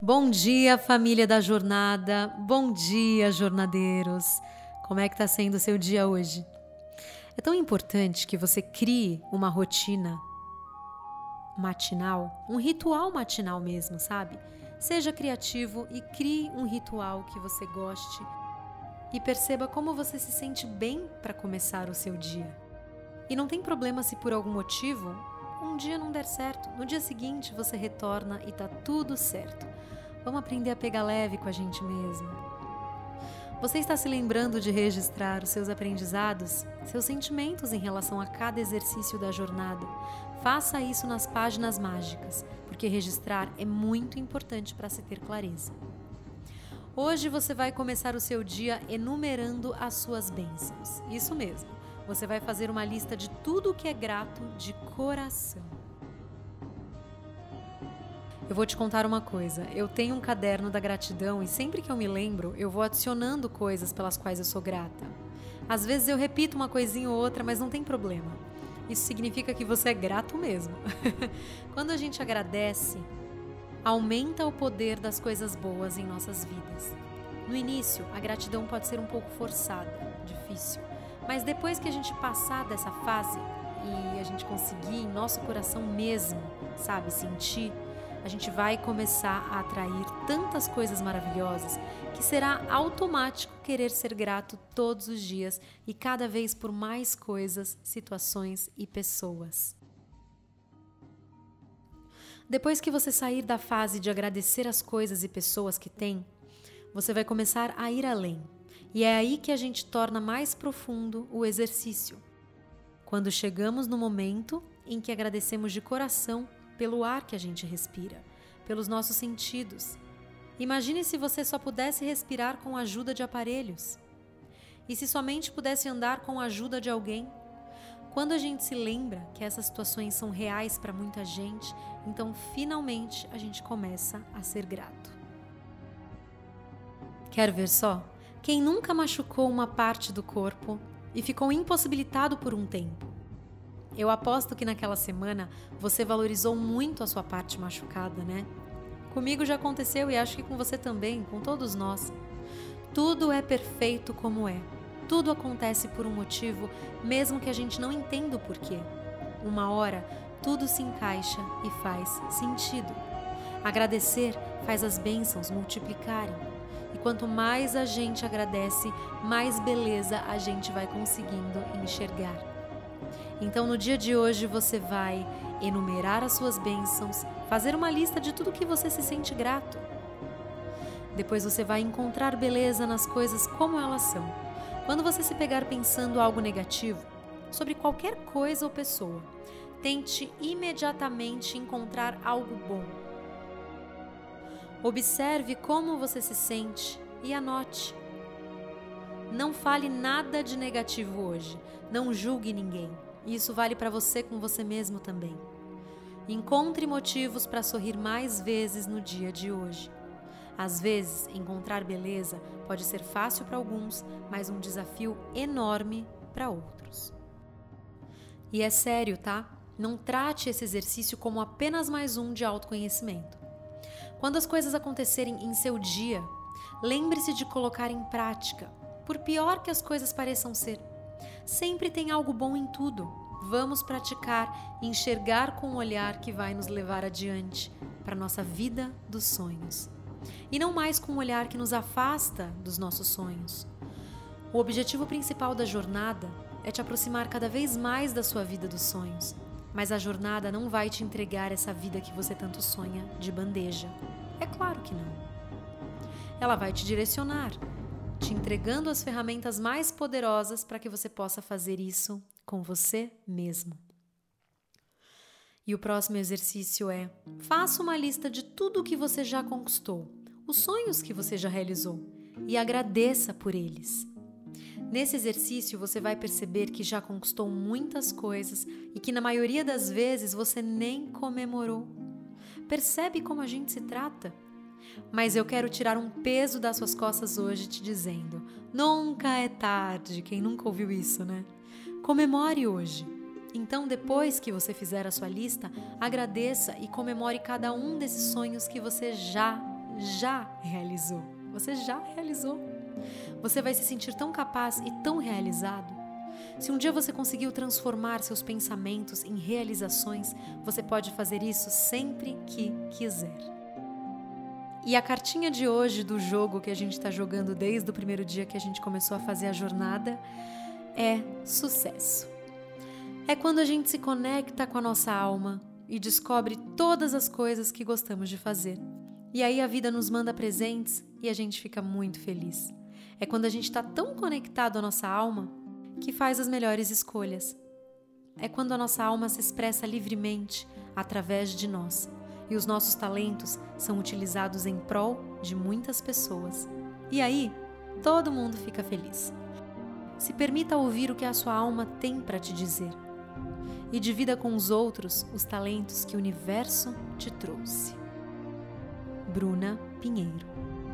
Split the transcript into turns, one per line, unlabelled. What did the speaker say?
Bom dia, família da jornada. Bom dia, jornadeiros. Como é que está sendo o seu dia hoje? É tão importante que você crie uma rotina matinal, um ritual matinal mesmo, sabe? Seja criativo e crie um ritual que você goste e perceba como você se sente bem para começar o seu dia. E não tem problema se por algum motivo um dia não der certo. No dia seguinte você retorna e tá tudo certo. Vamos aprender a pegar leve com a gente mesmo. Você está se lembrando de registrar os seus aprendizados, seus sentimentos em relação a cada exercício da jornada. Faça isso nas páginas mágicas, porque registrar é muito importante para se ter clareza. Hoje você vai começar o seu dia enumerando as suas bênçãos. Isso mesmo, você vai fazer uma lista de tudo o que é grato de coração. Eu vou te contar uma coisa, eu tenho um caderno da gratidão e sempre que eu me lembro, eu vou adicionando coisas pelas quais eu sou grata. Às vezes eu repito uma coisinha ou outra, mas não tem problema. Isso significa que você é grato mesmo. Quando a gente agradece, aumenta o poder das coisas boas em nossas vidas. No início, a gratidão pode ser um pouco forçada, difícil, mas depois que a gente passar dessa fase e a gente conseguir em nosso coração mesmo, sabe, sentir, a gente vai começar a atrair tantas coisas maravilhosas que será automático querer ser grato todos os dias e cada vez por mais coisas, situações e pessoas. Depois que você sair da fase de agradecer as coisas e pessoas que tem, você vai começar a ir além. E é aí que a gente torna mais profundo o exercício. Quando chegamos no momento em que agradecemos de coração pelo ar que a gente respira, pelos nossos sentidos. Imagine se você só pudesse respirar com a ajuda de aparelhos. E se somente pudesse andar com a ajuda de alguém? Quando a gente se lembra que essas situações são reais para muita gente, então finalmente a gente começa a ser grato. Quer ver só? Quem nunca machucou uma parte do corpo e ficou impossibilitado por um tempo? Eu aposto que naquela semana você valorizou muito a sua parte machucada, né? Comigo já aconteceu e acho que com você também, com todos nós. Tudo é perfeito como é. Tudo acontece por um motivo, mesmo que a gente não entenda o porquê. Uma hora, tudo se encaixa e faz sentido. Agradecer faz as bênçãos multiplicarem. E quanto mais a gente agradece, mais beleza a gente vai conseguindo enxergar. Então, no dia de hoje, você vai enumerar as suas bênçãos, fazer uma lista de tudo que você se sente grato. Depois você vai encontrar beleza nas coisas como elas são. Quando você se pegar pensando algo negativo, sobre qualquer coisa ou pessoa, tente imediatamente encontrar algo bom. Observe como você se sente e anote. Não fale nada de negativo hoje, não julgue ninguém. Isso vale para você com você mesmo também. Encontre motivos para sorrir mais vezes no dia de hoje. Às vezes, encontrar beleza pode ser fácil para alguns, mas um desafio enorme para outros. E é sério, tá? Não trate esse exercício como apenas mais um de autoconhecimento. Quando as coisas acontecerem em seu dia, lembre-se de colocar em prática, por pior que as coisas pareçam ser. Sempre tem algo bom em tudo. Vamos praticar e enxergar com um olhar que vai nos levar adiante para a nossa vida dos sonhos. E não mais com um olhar que nos afasta dos nossos sonhos. O objetivo principal da jornada é te aproximar cada vez mais da sua vida dos sonhos. Mas a jornada não vai te entregar essa vida que você tanto sonha de bandeja. É claro que não. Ela vai te direcionar, te entregando as ferramentas mais poderosas para que você possa fazer isso com você mesmo. E o próximo exercício é: faça uma lista de tudo o que você já conquistou, os sonhos que você já realizou, e agradeça por eles. Nesse exercício você vai perceber que já conquistou muitas coisas e que na maioria das vezes você nem comemorou. Percebe como a gente se trata? Mas eu quero tirar um peso das suas costas hoje te dizendo: nunca é tarde. Quem nunca ouviu isso, né? Comemore hoje. Então, depois que você fizer a sua lista, agradeça e comemore cada um desses sonhos que você já já realizou. Você já realizou. Você vai se sentir tão capaz e tão realizado. Se um dia você conseguiu transformar seus pensamentos em realizações, você pode fazer isso sempre que quiser. E a cartinha de hoje do jogo que a gente está jogando desde o primeiro dia que a gente começou a fazer a jornada é sucesso. É quando a gente se conecta com a nossa alma e descobre todas as coisas que gostamos de fazer. E aí a vida nos manda presentes e a gente fica muito feliz. É quando a gente está tão conectado à nossa alma que faz as melhores escolhas. É quando a nossa alma se expressa livremente através de nós e os nossos talentos são utilizados em prol de muitas pessoas. E aí, todo mundo fica feliz. Se permita ouvir o que a sua alma tem para te dizer e divida com os outros os talentos que o universo te trouxe. Bruna Pinheiro.